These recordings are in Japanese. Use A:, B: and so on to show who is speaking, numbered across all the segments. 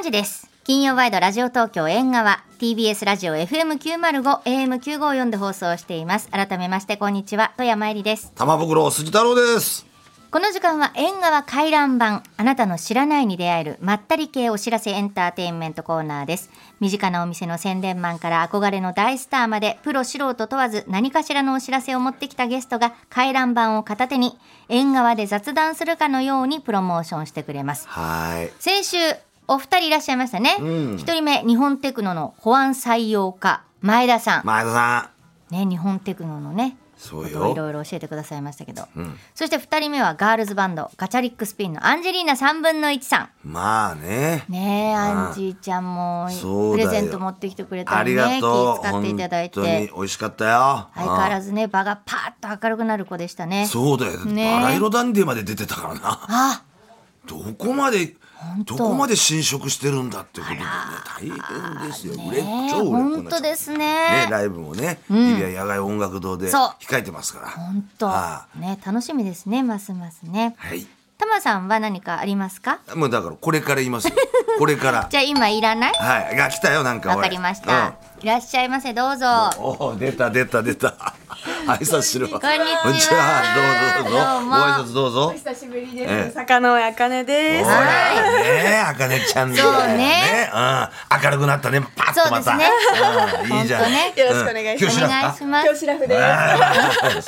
A: 時です。金曜ワイドラジオ東京縁側 TBS ラジオ FM905 AM954 で放送しています。改めましてこんにちは、富山えりです。
B: 玉袋筋太郎です。
A: この時間は縁側回覧版、あなたの知らないに出会えるまったり系お知らせエンターテインメントコーナーです。身近なお店の宣伝マンから憧れの大スターまで、プロ素人問わず何かしらのお知らせを持ってきたゲストが回覧版を片手に縁側で雑談するかのようにプロモーションしてくれます。
B: はい。
A: 先週お二人いらっしゃいましたね。一人目、日本テクノの保安採用課前田さん。
B: 前田さ
A: ん。ね、日本テクノのね。
B: そうよ。
A: いろいろ教えてくださいましたけど。そして二人目はガールズバンドガチャリックスピンのアンジェリーナ3分の1さん。
B: まあね。
A: ねえ、アンジーちゃんもプレゼント持ってきてくれたりね。
B: ありがとう。
A: 気遣っていただいて。
B: 本当に美味しかったよ。
A: 相変わらずね、場がパーッと明るくなる子でしたね。
B: そうだよ。バラ色ダンディまで出てたからな。どこまで侵食してるんだってことでね、大変ですよ。超売れっ子
A: 本当ですね。
B: ライブもね、日比谷野外音楽堂で控えてますから。
A: 本当ね、楽しみですね、ますますね。
B: はい。
A: タマさんは何かありますか？
B: もうだからこれから言いますよ。これから
A: じゃあ今いらない？
B: はい。が来たよ、なんか。
A: わかりました。いらっしゃいませ、どうぞ。
B: お、出た挨拶しろ。こんに
A: ちは。
B: どうぞご挨拶どうぞ。
C: お久しぶりです。坂上茜です。
B: ね、茜ちゃんだよね。明るくなったね、パッとまた。いいじゃん。
C: よろしくお願いします。今日シラフです。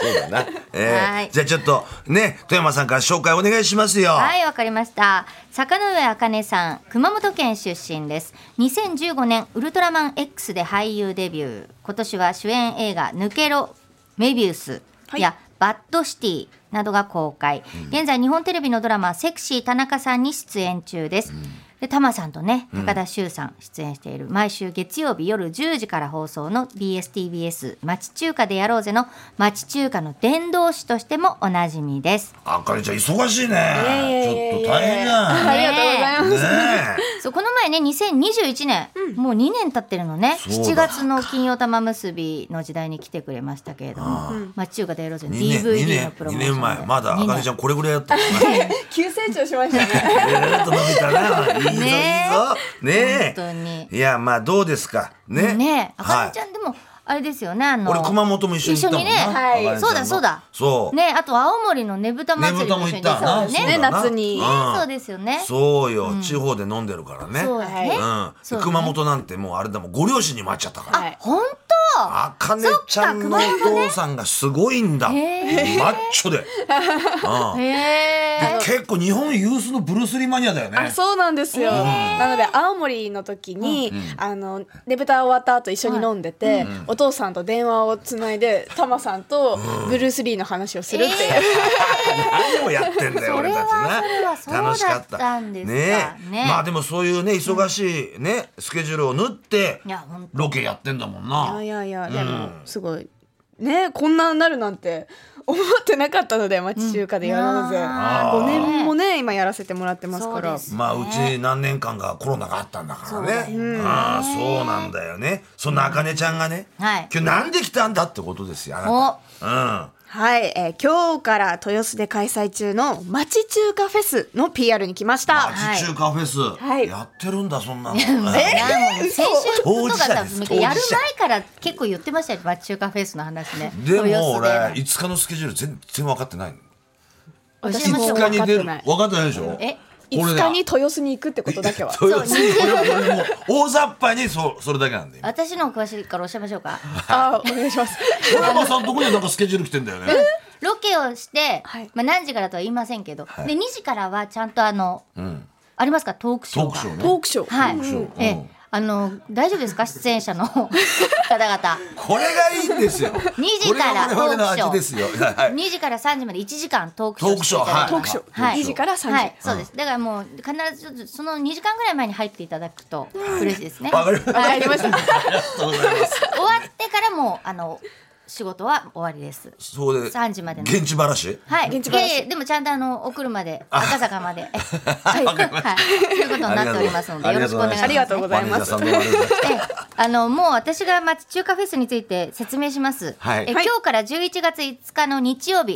B: そうだな。じゃあちょっとね、富山さんから紹介お願いしますよ。
A: はい、わかりました。坂上茜さん、熊本県出身です。2015年ウルトラマン X で俳優デビュー。今年は主演映画抜けろメビウスやバッドシティなどが公開。現在日本テレビのドラマセクシー田中さんに出演中です。で、タマさんとね、高田修さん出演している毎週月曜日夜10時から放送の BSTBS 町中華でやろうぜの町中華の伝道師としてもおなじみです。
B: あかりちゃん忙しいね。ちょっと大変じゃん。
C: ありがとうございます。
A: そう、この前ね、2021年、もう2年経ってるのね。7月の金曜玉結びの時代に来てくれましたけれども、町中華でやろうぜの DVD のプロモーションで。
B: 2年前、まだあかりちゃんこれぐらいやったのね。
C: 急成長しましたね。
B: 伸びたな。いいぞ。ねえ。
A: 本当に。
B: いや、まあどうですかね。
A: あかりちゃんでもあれですよね、
B: 俺熊本も一緒に行ったもんな。
A: そうだそうね。あと青森のねぶた祭りも一緒に行った
C: ね、夏に。
A: そうですよね。
B: そうよ、地方で飲んでるからね。熊本なんてもうあれだもん、ご両親にも会っちゃったから。
A: 本当。
B: あかねちゃんのお父さんがすごいんだ。マッチョで。結構日本有数のブルース・リーマニアだよね。
C: そうなんですよ。なので青森の時にねぶた終わった後一緒に飲んでて、お父さんと電話をつないでタマさんとブルース・リーの話をするっていう。
B: 何をやってんだよ俺たちな。楽しかったね。まあでもそういうね、忙しいねスケジュールを縫ってロケやってんだもんな。
C: いやでもすごいね、こんなになるなんて思ってなかったので、町中華でやろうぜ。5年もね今やらせてもらってますから。
B: まあうち何年間かコロナがあったんだからね。そうなんだよね。そんなあかねちゃんがね、今日なんで来たんだってことですよ、あなた。
C: はい、今日から豊洲で開催中の町中華フェスの PR に来ました。
B: 町中華フェス、やってるんだそんなの。
A: 先週とかやる前から結構言ってましたよ、町中華フェスの話ね。
B: でも俺5日のスケジュール全然分かってないの。
C: 私も
B: 5日に出る分かってないでしょ。
C: 5日に豊洲に行くってことだけは。
B: 豊洲にも大雑把にそれだけなんで。
A: 私の詳しいからおっしゃいましょうか。
C: お願いします。
B: 小山さんとこになんかスケジュール来てんだよね。
A: ロケをして、何時からとは言いませんけど、で2時からはちゃんとありますか、トークショーが。
C: トークショー。
A: はい。大丈夫ですか、出演者の方々。
B: これがいいんですよ。
A: 2時からトークショー。
B: 2
A: 時から3時まで1時間トークショー。
C: トークショー。2時から3時。
A: はい、そうです。だからもう必ずその2時間ぐらい前に入っていただくと嬉しいですね。
B: わかりました。
C: ありがとうございます。
A: 終わってからも仕事は終わりです。
B: そうで
A: 3時までの
B: 現地話。
A: はい。でもちゃんとお車で赤坂まではい。そういうことになっておりますのでよろしくお願いします。
C: ありがとうございます。
A: もう私が町中華フェスについて説明します。今日から11月5日の日曜日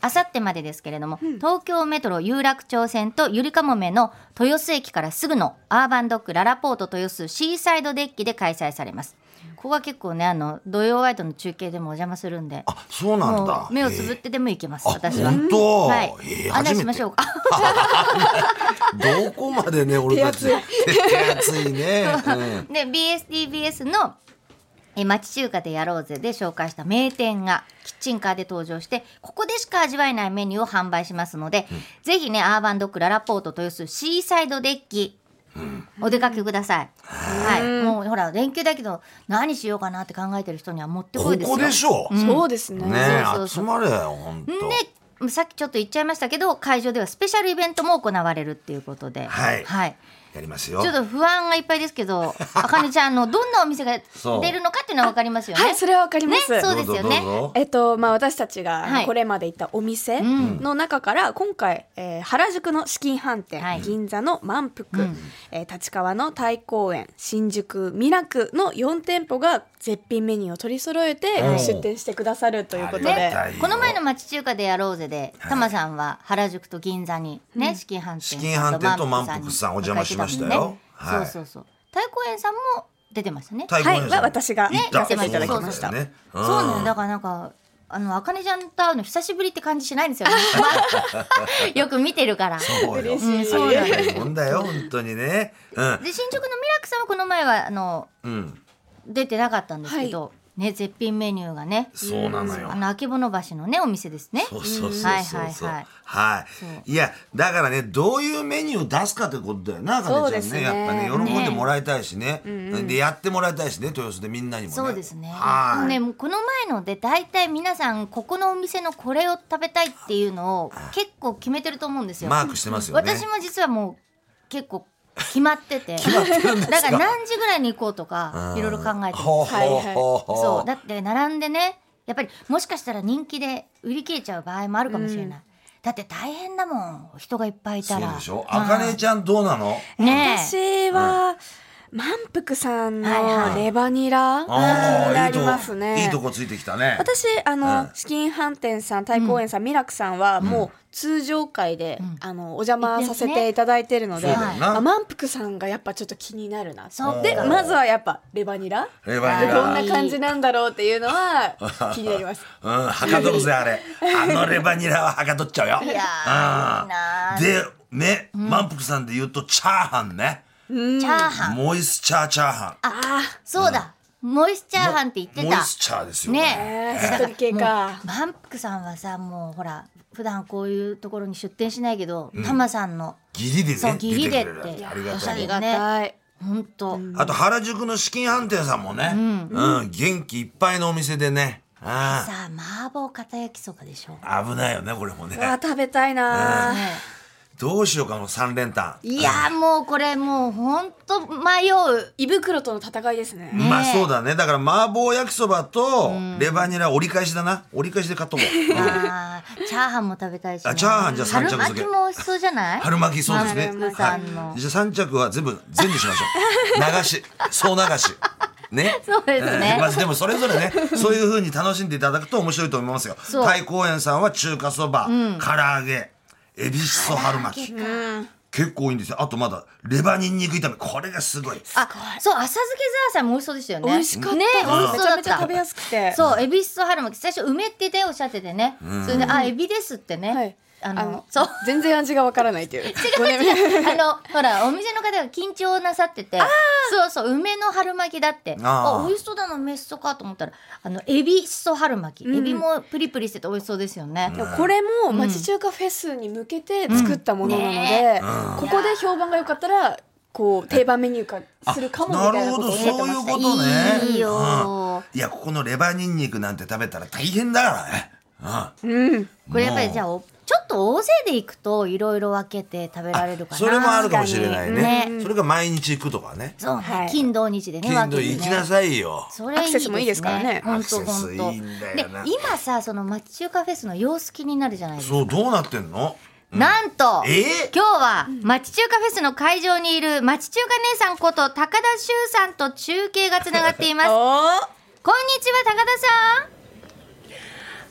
A: あさってまでですけれども、東京メトロ有楽町線とゆりかもめの豊洲駅からすぐのアーバンドッグララポート豊洲シーサイドデッキで開催されます。ここは結構ね土曜ワイドの中継でもお邪魔するんで、
B: あ、そうなんだ。
A: 目をつぶってでも行けます、私は。
B: 本当。
A: はい。案内しましょうか。
B: どこまでね、俺たち手厚いね。
A: で BSTBS の町中華でやろうぜで紹介した名店がキッチンカーで登場して、ここでしか味わえないメニューを販売しますので、ぜひねアーバンドッグララポート豊洲シーサイドデッキ、お出かけください。はい、もうほら連休だけど何しようかなって考えてる人にはもってこいですよ。
B: ここでしょ。
C: そうですね。
B: ね、集まれよ本当。
A: でさっきちょっと言っちゃいましたけど、会場ではスペシャルイベントも行われるっていうことで、
B: はい、
A: はい、や
B: りますよ。
A: ちょっと不安がいっぱいですけど、あかねちゃんのどんなお店が出るのかっていうのは分かりますよね。
C: はい、それは分かります。
A: ね、そうですよね。
C: 私たちがこれまで行ったお店の中から今回、原宿の紫金飯店、銀座の満腹、立川の太公園、新宿ミラクの4店舗が絶品メニューを取り揃えて出店してくださるということで、
A: この前の町中華でやろうぜで、タマさんは原宿と銀座にね、紫金飯店と満腹さんお邪魔しましたよ。そうそうそう。太公園さんも出てましたね。
C: はい、は私が出せていただきました。
A: そうね、だからなんかあかねちゃんと会うの久しぶりって感じしないんですよね。よく見てるから。
B: そうよ。そうなんだよ本当にね。
A: で新宿のミラクさんはこの前は出てなかったんですけど。ね、絶品メニューがね、
B: そうなのよ。
A: あけぼの橋のねお店ですね。
B: そうそうそうそう。はい。いやだからね、どういうメニューを出すかということだよな、かねちゃんね。やっぱね喜んでもらいたいしね、でやってもらいたいしね、豊洲でみんなにもね。
A: そうですね。ね、もうこの前ので大体皆さんここのお店のこれを食べたいっていうのを結構決めてると思うんですよ。
B: マークしてますよね。
A: 私も実はもう結構決まってて、だから何時ぐらいに行こうとかいろいろ考えてる。そうだって並んでね、やっぱりもしかしたら人気で売り切れちゃう場合もあるかもしれない。だって大変だもん、人がいっぱいいたら。
B: そうでしょ。あかねちゃんどうなの？
C: 私は満腹さんのレバニラがありますね。
B: いいとこついてきたね。
C: 私紫金飯店さん、太公園さん、ミラクさんはもう通常会でお邪魔させていただいてるので、満腹さんがやっぱちょっと気になるな。でまずはやっぱレバニラ、どんな感じなんだろうっていうのは気になります。
B: はかどるぜあれ。レバニラははかどっちゃうよ。でね、満腹さんで言うとチャーハンね。
A: チャーハン、
B: モイスチャーチャーハン。
A: そうだ、モイスチャーハンって言ってた。
B: モイスチャーですよ
C: ね。しっとり系か。
A: 満腹さんはさ、もうほら普段こういうところに出店しないけど、タマさんの
B: ギリでね、
A: そうギリでって
B: ありが
C: たい。
A: 本当。
B: あと原宿の紫金飯店さんもね、元気いっぱいのお店でね。
A: さあ麻婆片焼きそばでしょ。
B: 危ないよねこれもね。
C: 食べたいな。
B: どうしようかの3連単。
A: いやもうこれもう本当迷う。
C: 胃袋との戦いですね。
B: まあそうだね。だから麻婆焼きそばとレバニラ折り返しだな。折り返しで買っとこう。
A: チャーハンも食べたいし。
B: チャーハンじゃあ3着付け。
A: 春巻きも美味しそうじゃない？
B: 春巻きそうですね。じゃあ3着は全部しましょう。流し、総流し。ね、
A: そうですね。
B: まずでもそれぞれね、そういう風に楽しんでいただくと面白いと思いますよ。太公園さんは中華そば、唐揚げ、エビしそ春巻き、結構いいんですよ。あとまだレバニンニク炒め、これがすごい。
A: そう、浅漬けザーサイも美味しそうでしたよね。
C: 美味しかった。
A: ね、美味しそうだった。
C: めちゃめちゃ食べやすくて。
A: そう、エビしそ春巻き、最初梅っておっしゃっててね。それでエビですってね。
C: そう全然味がわからないという。
A: 違うほらお店の方が緊張なさってて、そう梅の春巻きだって、美味しそうだな、メッソかと思ったらエビしそ春巻き、エビもプリプリしてて美味しそうですよね。
C: これも町中華フェスに向けて作ったものなので、ここで評判が良かったらこう定番メニュー化するかもみたいなことをおっしゃってました。
B: そういうことね。
A: いいよ。
B: いやここのレバニンニクなんて食べたら大変だからね。
A: これやっぱりじゃあちょっと大勢で行くといろいろ分けて食べられるかな。
B: それもあるかもしれないね。それが毎日行くとかね。
A: そうね、金土日でね。
B: 金土行きなさいよ。
A: それいいですね。
C: アクセスもいいですからね。
B: アクセスいいんだよな。
A: で今さ、その町中華フェスの様子気になるじゃないですか。
B: そう、どうなってんの？
A: なんと、今日は町中華フェスの会場にいる町中華姉さんこと高田修さんと中継がつながっています。こんにちは高田さん。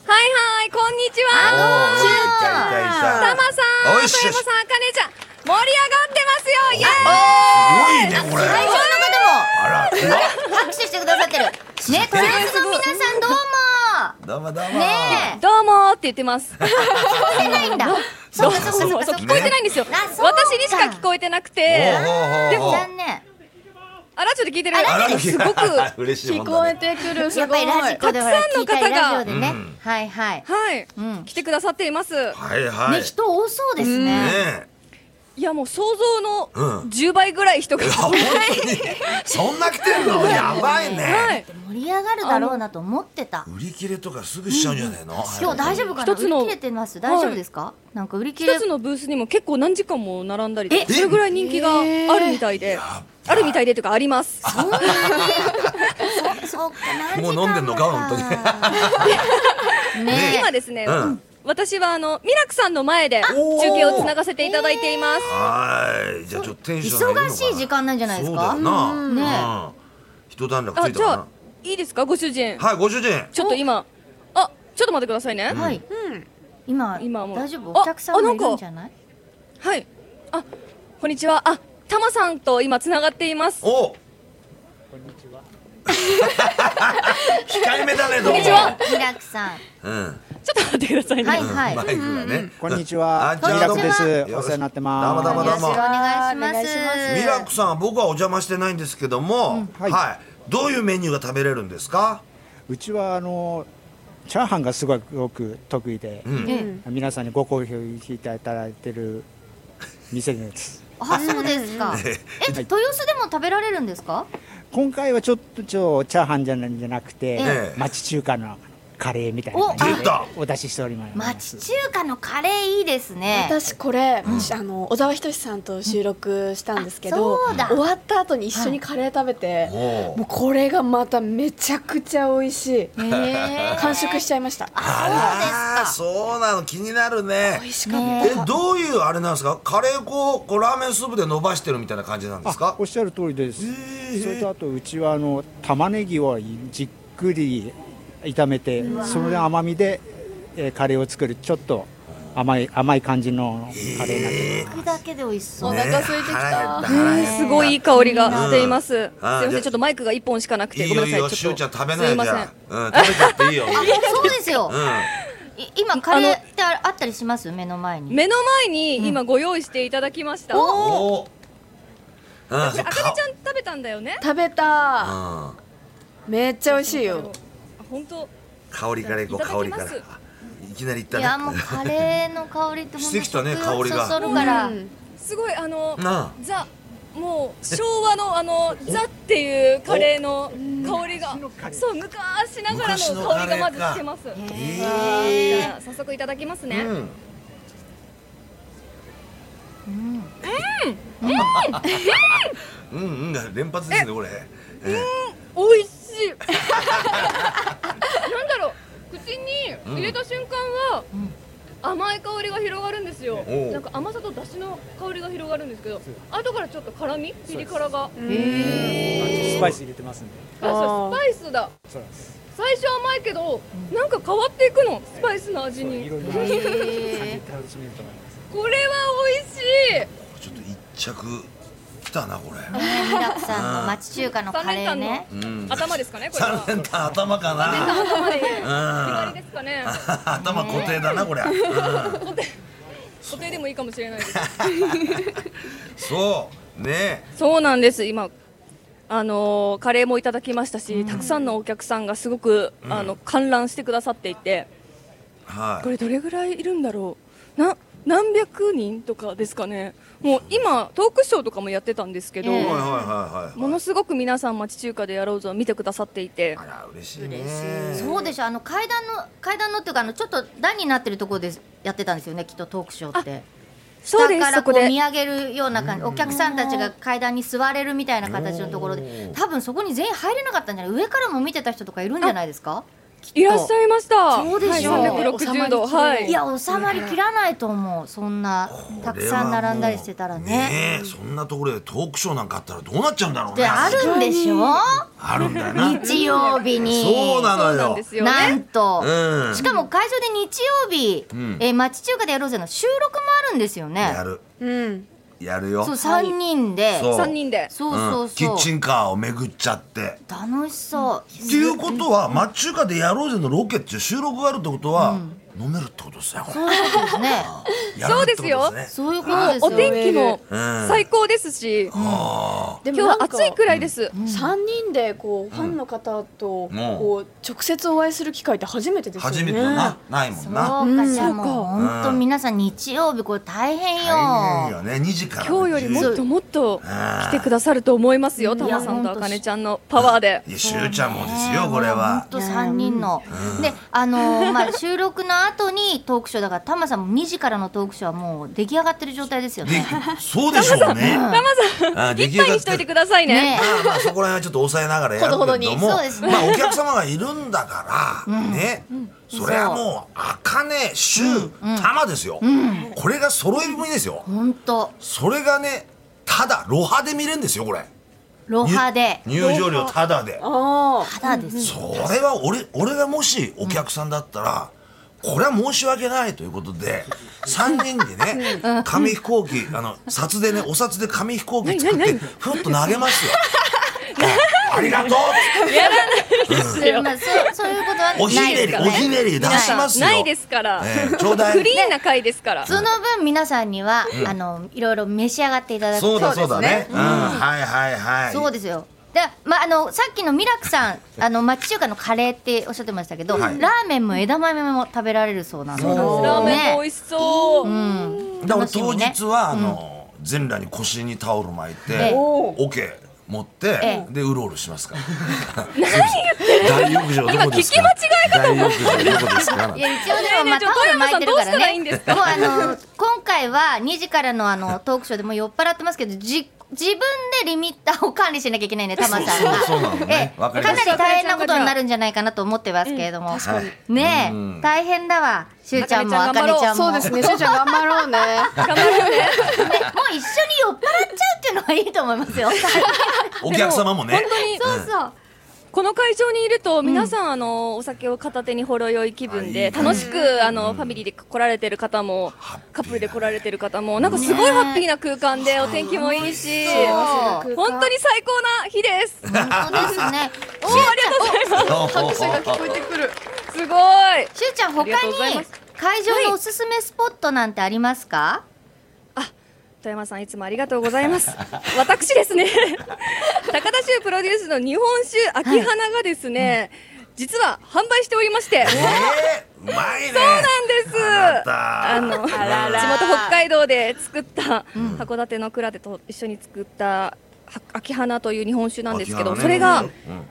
D: はい、こんにちは。たまさん、富山さん、あかねちゃん、盛り上がってますよ。イエ
B: ーイ。すごいねこれ。
A: 会場の方も
B: あら、
A: 拍手してくださってる。ね、トランスの皆さんどうも。
B: どうもどうも。
A: ね
D: どうもって言ってます。
A: 聞こえてないんだ。そう
D: 聞こえてないんですよ。私にしか聞こえてなくて。
A: でも残念。
D: あら、ちょっと聞いてる。
B: すごく嬉しいもんだね。
C: 聞こえてくる。
A: やっぱりラジコで
D: たくさんの方が
A: はいはい
D: はい来てくださっています。
B: はいはい。
A: ね、人多そうですね。
D: いや、もう想像の10倍ぐらい人が。
B: 本当にそんな来てんの？やばいね。
A: 盛り上がるだろうなと思ってた。
B: 売り切れとかすぐしちゃうんじゃないの？
A: 今日大丈夫かな？売り切れてます。大丈夫ですか？なんか売り切れ。
D: 一つのブースにも結構何時間も並んだり、それぐらい人気があるみたいで。あるみたいでというかあります。
A: そんなにそうかな。
B: もう飲んでんのか本当に。
A: ね、
D: 今ですね、私はミラクさんの前で中継をつながせていただいています。
B: はい、じゃあちょっとテンション
A: 忙しい時間なんじゃないですか。
B: そうだよな。ね、一段落ついたかな。
D: じゃあいいですか、ご主人。
B: はい、ご主人。
D: ちょっと今、ちょっと待ってくださいね。
A: はい。今
D: も
A: 大丈夫？お客さんもいるんじゃない？
D: はい。こんにちは。タマさんと今つながっています。
B: お。こんにちは。控えめだね。どうも。
D: こんにちは。
A: ミラクさん。
D: ちょっと待ってくださいね。
A: はいはい。
B: マイクがね。
E: こんにちは。ミラクです。お世話になってます。
B: どうもどうもどうも。
A: よろしくお願いします。
B: ミラクさん、僕はお邪魔してないんですけども、はい。どういうメニューが食べれるんですか？
E: うちはチャーハンがすごく得意で、皆さんにご好評いただいてる店です。
A: あ、そうですか。豊洲でも食べられるんですか？
E: 今回はちょっとチャーハンじゃなくて、町中華のカレーみたいな感じでお出ししております。
A: 町中華のカレーいいですね。
C: 私これ、小沢仁志さんと収録したんですけど、終わった後に一緒にカレー食べて、もうこれがまためちゃくちゃ美味しい。完食しちゃいました。
B: そうなの、気になるね。
C: 美味しかった。
B: どういうあれなんですか？カレー粉をラーメンスープで伸ばしてるみたいな感じなんですか？
E: おっしゃる通りです。それとあとうちは玉ねぎをじっくり炒めて、その甘みで、カレーを作るちょっと甘い感じのカレーになってます。
A: だけで美味しそう。
C: お腹空いてきた。
D: すごいいい香りがしています。すみません、ちょっとマイクが一本しかなくてごめんなさい。
B: しゅうちゃん食べないじゃん。食べちゃっていいよ。
A: そうですよ。今カレーってあったりします？目の前に。
D: 目の前に今ご用意していただきました。
B: お。
D: あかねちゃん食べたんだよね。
C: 食べた。めっちゃ美味しいよ。
D: 本当。
B: 香りからいこう、香りから。いきなりいったね。
A: いや、もうカレーの香りって
B: してきたね、香りが。
A: そそるから。
D: すごいザ、もう昭和のザっていうカレーの香りが、そう昔ながらの香りがまずしてます。じゃあ早速いただきますね。
B: 連発ですねこれ。
D: 美味しい。なんだろう、口に入れた瞬間は甘い香りが広がるんですよ。なんか甘さと出汁の香りが広がるんですけど、後からちょっと辛み、ピリ辛が。
E: スパイス入れてますんで。
D: スパイスだ。最初甘いけど、なんか変わっていくの、スパイスの味に。これは美味しい。
B: ちょっと一着きたなこれ。
A: ミラクさんの町中華のカレーね。
D: 頭ですかねこれは。
B: 3連単頭かな。
D: 頭で左ですかね。
B: 頭固定だなこれ。
D: 固定でもいいかもしれないです。
B: そうね。
D: そうなんです。今カレーもいただきましたし、たくさんのお客さんがすごく観覧してくださっていて、これどれぐらいいるんだろう。何百人とかですかね。もう今トークショーとかもやってたんですけど、ものすごく皆さん町中華でやろうぞを見てくださっていて、
B: あら嬉しいね。
A: そうでしょ。階段のっていうかちょっと段になってるところでやってたんですよね、きっとトークショーって。下からこう見上げるような感じ、お客さんたちが階段に座れるみたいな形のところで、多分そこに全員入れなかったんじゃない？上からも見てた人とかいるんじゃないですか？
D: いらっしゃいました。
A: そうでしょう。
D: 360度。はい。
A: いや収まりきらないと思う。そんなたくさん並んだりしてたらね。
B: そんなところでトークショーなんかあったらどうなっちゃうんだろうね。
A: であるんでしょ。
B: あるんだよな。
A: 日曜日に。
B: そうなのよ。
A: なんと。しかも会場で日曜日町中華でやろうぜの収録もあるんですよね。
B: やる。やるよ。
A: そう3人で。
B: そうキッチンカーを巡っちゃって
A: 楽しそう。
B: っていうことは町中華でやろうぜのロケって収録があるってことは飲めるってことですね。
A: そういうことですね。
D: そうですよ。
A: そういうことですよ。
D: お天気も最高ですし、今日は暑いくらいです。
C: 3人でこうファンの方とこう直接お会いする機会って初めてですよね。
B: 初めてだな。ないもんな。
A: そうか、じゃあもう本当皆さん日曜日これ大変よ。
B: 大変よね。2時から。
D: 今日よりもっともっと来てくださると思いますよ。たまさんとあかねちゃんのパワーで。
B: いや、しゅうちゃんもですよこれは。
A: 本当3人の。で収録の後にトークショーだからタマさんも2時からのトークショーはもう出来上がってる状態ですよね。
B: そうでしょうね。
D: タマさん一杯にしといてくださいね。
B: まあそこら辺はちょっと抑えながらやるけども、まあお客様がいるんだからね。それはもうあかね、しゅう、たまですよ。これが揃い踏みですよ。
A: 本当。
B: それがね、ただロハで見れるんですよこれ。
A: ロハで
B: 入場料ただで。
A: ただです。
B: それは俺がもしお客さんだったら。これは申し訳ないということで3人でね紙飛行機札でねお札で紙飛行機作ってふっと投げますよ。ありがとう。
D: やらないですよ。
A: そういうことは
B: おひねり出しますよ。
D: ないですから。
B: ちょうだい。
D: クリーンな回ですから。
A: その分皆さんにはいろいろ召し上がっていただく。
B: そうだね。はい
A: そうですよ。でさっきのミラクさん町中華のカレーっておっしゃってましたけど、ラーメンも枝豆も食べられるそうなので、
D: ラーメンも美味しそう。
B: だから当日は全裸に腰にタオル巻いて桶持ってでうろうろしますから。
D: 何言ってる。
B: 大浴場どこですか。
D: 今聞き間違えたと思って。
B: 大浴場どこですか。
A: いや一応でもタオル巻いてるからね。もう今回は2時からのトークショーでも酔っ払ってますけど自分でリミッターを管理しなきゃいけないね、タマさんが。かなり大変なことになるんじゃないかなと思もってますけれども、ねえ大変だわ。しゅうちゃんもあかねちゃんも。
C: そうですね、しゅうちゃん頑張ろうね。
A: 頑張ろうね。もう一緒に酔っ払っちゃうっていうのはいいと思いますよ。
B: お客様もね。
D: 本当にそうそう。この会場にいると皆さんお酒を片手にほろ酔い気分で楽しくファミリーで来られてる方もカップルで来られてございます。なんかすごいハッピーな空間でお天気もいいし本当に最高な日です。
A: 本当ですね。
D: おーありがとうございます。
C: 拍手が聞こえてくる。
D: すごい。
A: しゅうちゃん他に会場のおすすめスポットなんてありますか？
D: 富山さんいつもありがとうございます。私ですね高田酒プロデュースの日本酒秋花がですね、実は販売しておりまして、
B: うまいね。
D: そうなんです。地元北海道で作った函館の蔵でと一緒に作った秋花という日本酒なんですけど、それが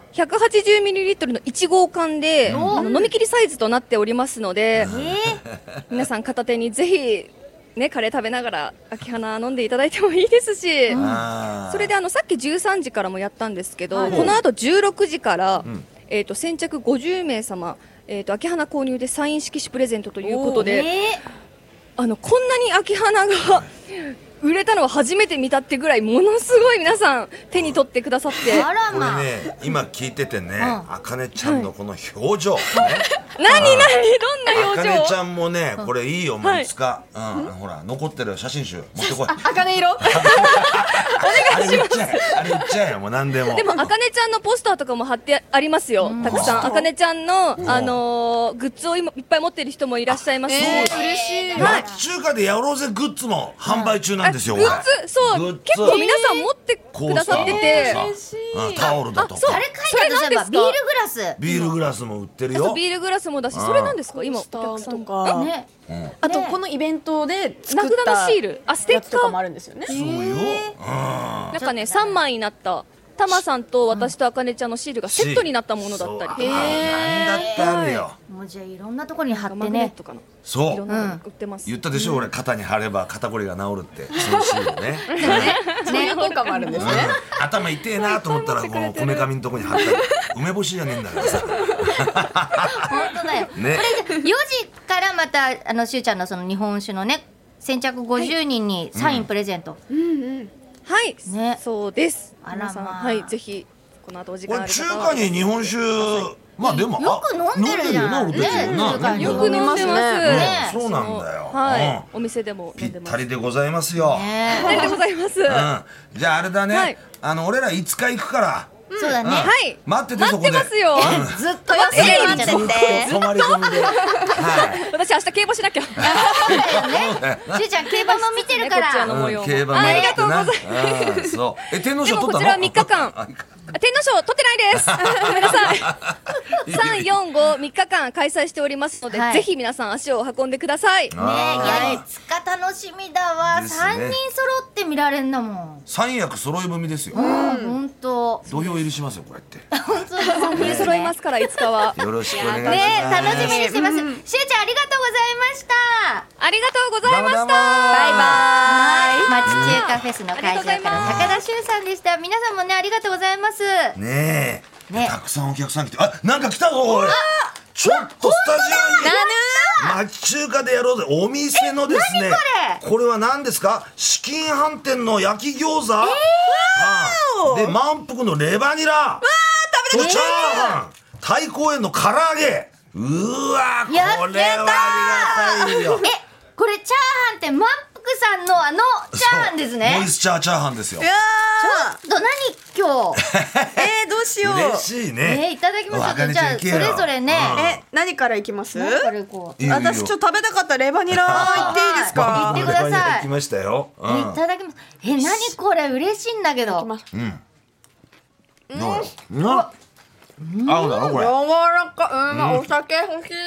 D: 180ml の1号缶で飲み切りサイズとなっておりますので、皆さん片手にぜひね、カレー食べながら秋花飲んでいただいてもいいですし、それでさっき13時からもやったんですけど、この後16時から、先着50名様、秋花購入でサイン色紙プレゼントということで、こんなに秋花が売れたのは初めて見たってぐらいものすごい皆さん手に取ってくださって、
A: あらまあ、
B: これね今聞いててね、あかねちゃんのこの表情、
D: 何どんな表情。
B: あかねちゃんもねこれいいよ、もういつか、ほら残ってる写真集持ってこい。
C: あかね色
B: あれ言っちゃえ、あれ言っちゃえよ、もう何でも。
D: でもあかねちゃんのポスターとかも貼ってありますよ、たくさん。あかねちゃんのグッズを今いっぱい持ってる人もいらっしゃいますし、
C: 嬉しい。
B: 町中華でやろうぜグッズも販売中なんですよ。
D: グッズ、そう結構皆さん持ってくださってて、
B: タオルだとか、
A: あれ書いてある、ビールグラス、
B: ビールグラスも売ってるよ。
D: ビールグラスもだし、それなんですか今お客さん
C: とか
A: ね、
C: あとこのイベントで作っ
D: 名札の
C: た
D: シール、ステッカー
C: やつとかもあるんですよね。
B: そうよ。
D: なんかね3枚になったタマさんと私とあかねちゃんのシールがセットになったものだったり、
B: なんだってあるよ。
A: もうじゃあいろんなところに貼って
D: マグネッ
A: ね。
D: トかな、
B: そう
D: いろんなの売ってます。
B: 言ったでしょ、俺肩に貼れば肩こりが治るって。そのシールね。
C: そういう効果もあるんですね。
B: 頭痛えなと思ったらこのこめかみのとこに貼ったり。 梅干しじゃねえんだからさ。
A: 本当だよ、
B: ね、
A: これ4時からまたしゅうちゃんのその日本酒のね先着50人にサインプレゼント、
D: はい、
A: ね、
D: そうです。
A: あらまあ、
D: 皆さん、はい、ぜひこの後お時間ある方は。
B: これ中華に日本酒、まあでも
A: よく飲んでるじゃん
B: ね、
D: よく飲んでますね。
B: そうなんだよ。
D: はい、お店でも
B: ぴったりでございますよ。
D: ぴったりでございます。
B: じゃああれだね、俺ら5日行くから。
A: そうだね、はい、
B: 待ってて、そこで
D: 待ってますよ。
A: ずっと待ってるんじゃなくて
B: 泊まり込みで、
D: 私明日競馬しなきゃ。
A: そうだよね、しゅうちゃん競馬も見てるから。
B: 競馬も
D: ありがとうござい
B: ます。そう、天皇賞取ったの？
D: こちら3日間天皇賞取ってないです。ごめんなさい。3、4、5、3日間開催しておりますので、ぜひ皆さん足を運んでください。ね、
A: いや、いつか楽しみだわ。3人揃って見られんだもん。
B: 3役揃い踏みですよ。
A: 本当。
B: 土俵入りしますよ、こうやって。
A: 本当3
D: 人揃いますから、いつかは。
B: よろしくお願いします。
A: 楽しみにしてます。しゅうちゃん、ありがとうございました。
D: ありがとうございました。バイ
A: バイ。町中華フェスの会場から高田修さんでした。皆さんもね、ありがとうございます。
B: ねえ、たくさんお客さん来て、なんか来たぞ、おい。ちょっとスタジオに町中華でやろうぜ、お店のですね、これは何ですか？紫金飯店の焼き餃子で、満腹のレバニラ、チャーハン、太閤園の唐揚げ。うわ、これはありがたいよ。
A: これチャーハンって満腹さんのチャーハンですね。
B: モイスチャーチャーハンですよ。
A: ちょっと何今日
C: どうしよう。
B: 嬉しいね。
A: いただきます。じゃあそれぞれね。
C: 何からいきます？
A: 私
C: ちょっと食べたかったレバニラ言っていいですか？
A: 言ってください。
B: 行きましたよ。
A: いただきます。何これ嬉しいんだけど。
B: どう？合うだろこれ。
C: 柔らか。お酒欲しい。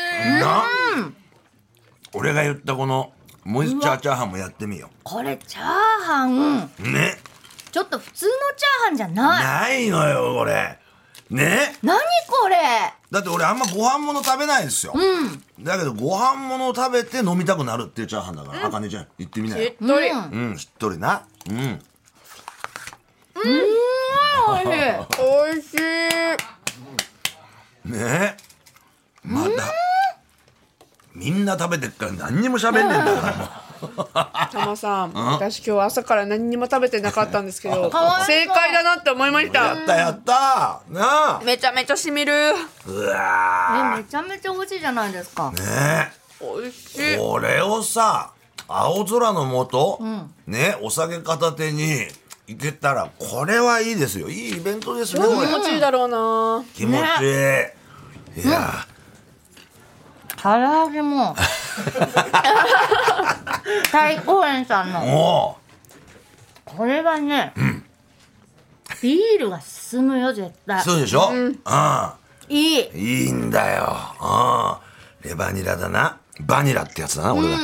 B: 俺が言ったこのモイスチャーチャーハンもやってみよう。
A: これチャーハン
B: ね、
A: ちょっと普通のチャーハンじゃない
B: のよこれね。
A: 何これ。
B: だって俺あんまご飯物食べないんですよ、だけどご飯物を食べて飲みたくなるっていうチャーハンだから、あかねちゃん言ってみなよ。
C: しっとり。
B: しっとりな。
C: おいしい
B: ね。またみんな食べてっから何にも喋んねえんだからもう。
C: たまさん、私今日朝から何にも食べてなかったんですけど、正解だなって思いました。
B: やったなあ。
C: めちゃめちゃしみる。
B: うわ
A: めちゃめちゃ美味しいじゃないですか。
B: ね。
C: 美味しい。
B: これをさ、青空の下、ね、お酒片手に行けたらこれはいいですよ。いいイベントですね。
C: 気持ちいいだろうな。
B: 気持ちいい。いや。
A: 唐揚げも太閤園さんのこれはね、ビールが進むよ絶対。
B: そうでしょ。いいんだよ。レバニラだな、バニラってやつだな、俺が。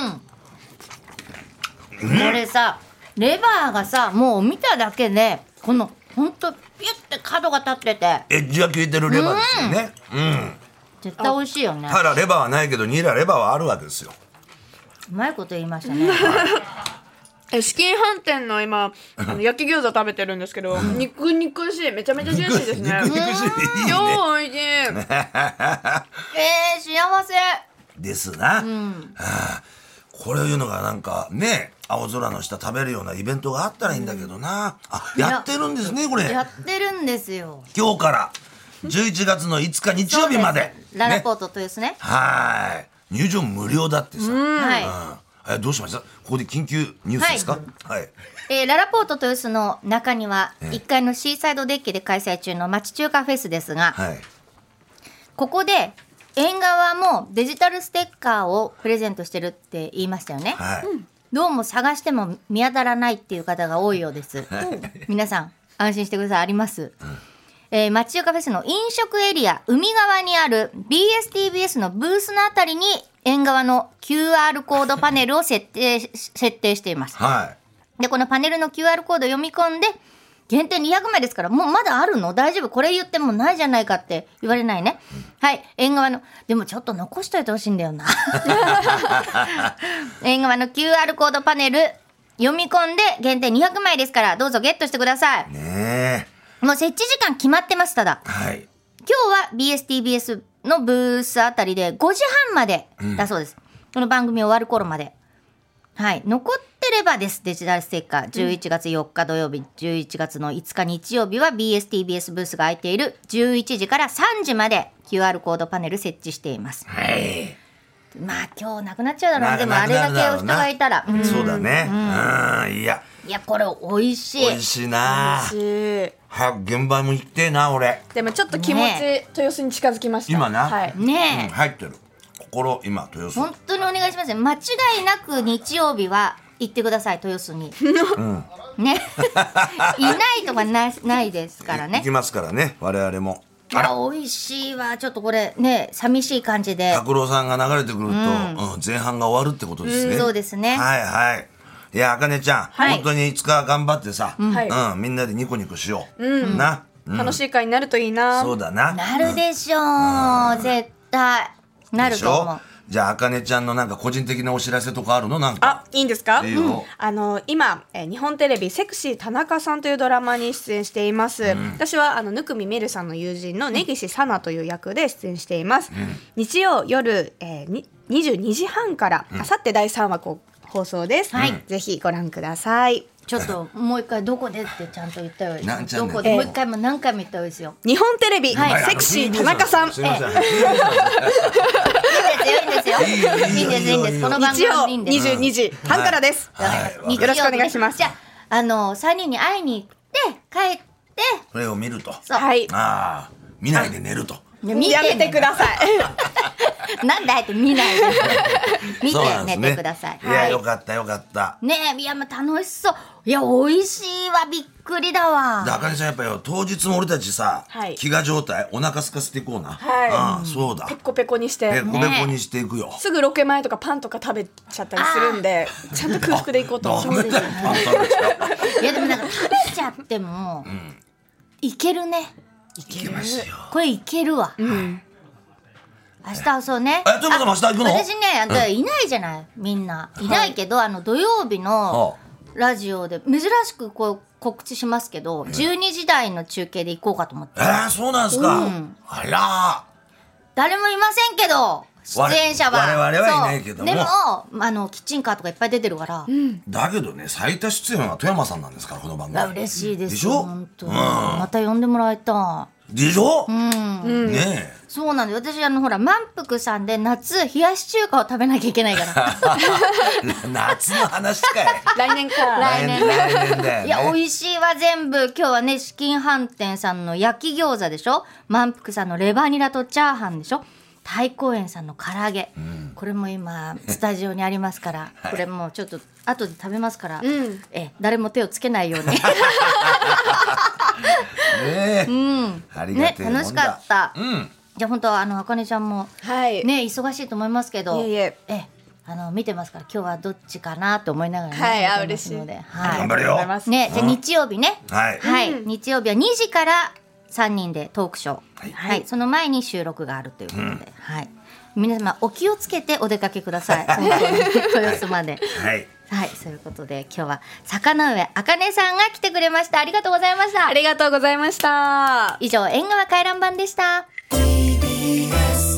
A: これさ、レバーがさ、もう見ただけでこのほんとピュッて角が立ってて
B: エッジが効いてるレバーですよね。
A: 絶対美味しいよね。
B: ただレバーはないけどニラレバーはあるわけですよ。
A: うまいこと言いましたね。
C: 紫金飯店の今焼き餃子食べてるんですけど、肉肉しい、めちゃめちゃジューシーですね。
B: 肉肉しい、いいね。
C: 超美味しい。
A: 幸せ
B: ですな。これを言うのがなんかね、青空の下食べるようなイベントがあったらいいんだけどな。やってるんですねこれ。
A: やってるんですよ。
B: 今日から11月の5日日曜日まで。
A: ララポート豊洲ね。
B: はい。入場無料だってさ。どうしました？ここで緊急ニュースですか？はい。
A: ララポート豊洲の中には1階のシーサイドデッキで開催中の町中華フェスですが、ここで縁側もデジタルステッカーをプレゼントしてるって言いましたよね。どうも探しても見当たらないっていう方が多いようです。皆さん安心してください、あります。町中華フェスの飲食エリア海側にある BSTBS のブースのあたりに縁側の QR コードパネルを設定しています。でこのパネルの QR コードを読み込んで、限定200枚ですから、もうまだあるの？大丈夫？これ言ってもないじゃないかって言われないね。はい、縁側のでもちょっと残しといてほしいんだよな。縁側の QR コードパネル読み込んで限定200枚ですから、どうぞゲットしてください。
B: ねえ。
A: もう設置時間決まってます。ただ、 日は BSTBS のブースあたりで5時半までだそうです、この番組終わる頃まで。はい、残ってればです。デジタルステッカー11月4日土曜日、11月の5日日曜日は BSTBS ブースが空いている11時から3時まで QR コードパネル設置しています。
B: はい、
A: まあ今日なくなっちゃうだろうね。でもあれだけお人がいたら、
B: そうだね。いや
A: これ美味しい。
B: 美味しいな。早く現場も行ってな俺。
C: でもちょっと気持ち、豊洲に近づきました
B: 今な。
C: はい、
B: ね入ってる。心今豊洲。
A: 本当にお願いしますね。間違いなく日曜日は行ってください、豊洲に。ねいないとかないですからね。
B: 行きますからね我々も。
A: いや美味しいわ。ちょっとこれね寂しい感じで
B: 拓郎さんが流れてくると、前半が終わるってことですね。
A: そうですね。
B: はいはい。いや茜ちゃん、本当にいつか頑張ってさ、みんなでニコニコしよう、な、
C: 楽しい会になるといいな。
B: そうだな。
A: なるでしょう、絶対なると思う。
B: じゃあ茜ちゃんのなんか個人的なお知らせとかあるの？なんか
C: いいんですか？
B: いいよ。
C: 今日本テレビセクシー田中さんというドラマに出演しています、私は生見メルさんの友人の根岸さなという役で出演しています、日曜夜、22時半からあさって第3話放送です、ぜひご覧ください。
A: ちょっともう一回どこでってちゃんと言ったよ。
B: ど
A: こでもう一回も何回も言ったようですよ。
C: 日本テレビ、セクシー田中さん。
B: すいません。
A: いいですよ。いいです。この番
C: 日曜
A: 組いいんです。
C: 22時半からです。よろしくお願いします。
A: じゃあ3人に会いに行って帰って
B: これを見ると。
C: はい。
B: 見ないで寝ると。
C: やめてくださ
A: い。なんであえて見ないで見て寝てください。
B: いやよかったよかった。
A: ねえいや楽しそう。いや美味しいわ。びっくりだわ。
B: 茜ちゃんやっぱよ当日も俺たちさ飢餓状態お腹空かせていこうな。そうだ。
C: ペコペコにして
B: ペコペコにしていくよ。
C: すぐロケ前とかパンとか食べちゃったりするんでちゃんと空腹でいこうと思って。
A: いやでもなんか食べちゃってもいけるね。
B: いけますよ。
A: これいけるわ。明日そうね。
B: トヨマさんも明日行くの？
A: 私ねいないじゃないみんないないけど土曜日のラジオで珍しくこう告知しますけど12時台の中継で行こうかと思って。
B: そうなんですか。あら。
A: 誰もいませんけど出演者は
B: 我々はいないけども。
A: でもキッチンカーとかいっぱい出てるから。
B: だけどね最多出演は富山さんなんですからこの番組。
A: 嬉しいです。
B: でしょ？
A: 本当。また呼んでもらいたい。
B: でしょ？ねえ。
A: そうなんで私ほら満腹さんで夏冷やし中華を食べなきゃいけないから。
B: 夏の話かい。
C: 来年か。
A: 来年
B: だよね。
A: いや美味しいわ全部。今日はね紫金飯店さんの焼き餃子でしょ。満腹さんのレバニラとチャーハンでしょ。太閤園さんの唐揚げ、これも今スタジオにありますから、これもうちょっと後で食べますから、誰も手をつけないように。楽しかった。じゃあ本当茜ちゃんもね忙しいと思いますけど、見てますから今日はどっちかなと思いながら
C: ね、嬉しいので、
B: 頑張るよ。
A: ね、じゃあ日曜日ね、日曜日は2時から3人でトークショー、その前に収録があるということで、皆様お気をつけてお出かけください。本当に豊洲まで。そういうことで今日は坂上茜さんが来てくれました。ありがとうございました。
C: ありがとうございました。
A: 以上縁側回覧版でした。TBS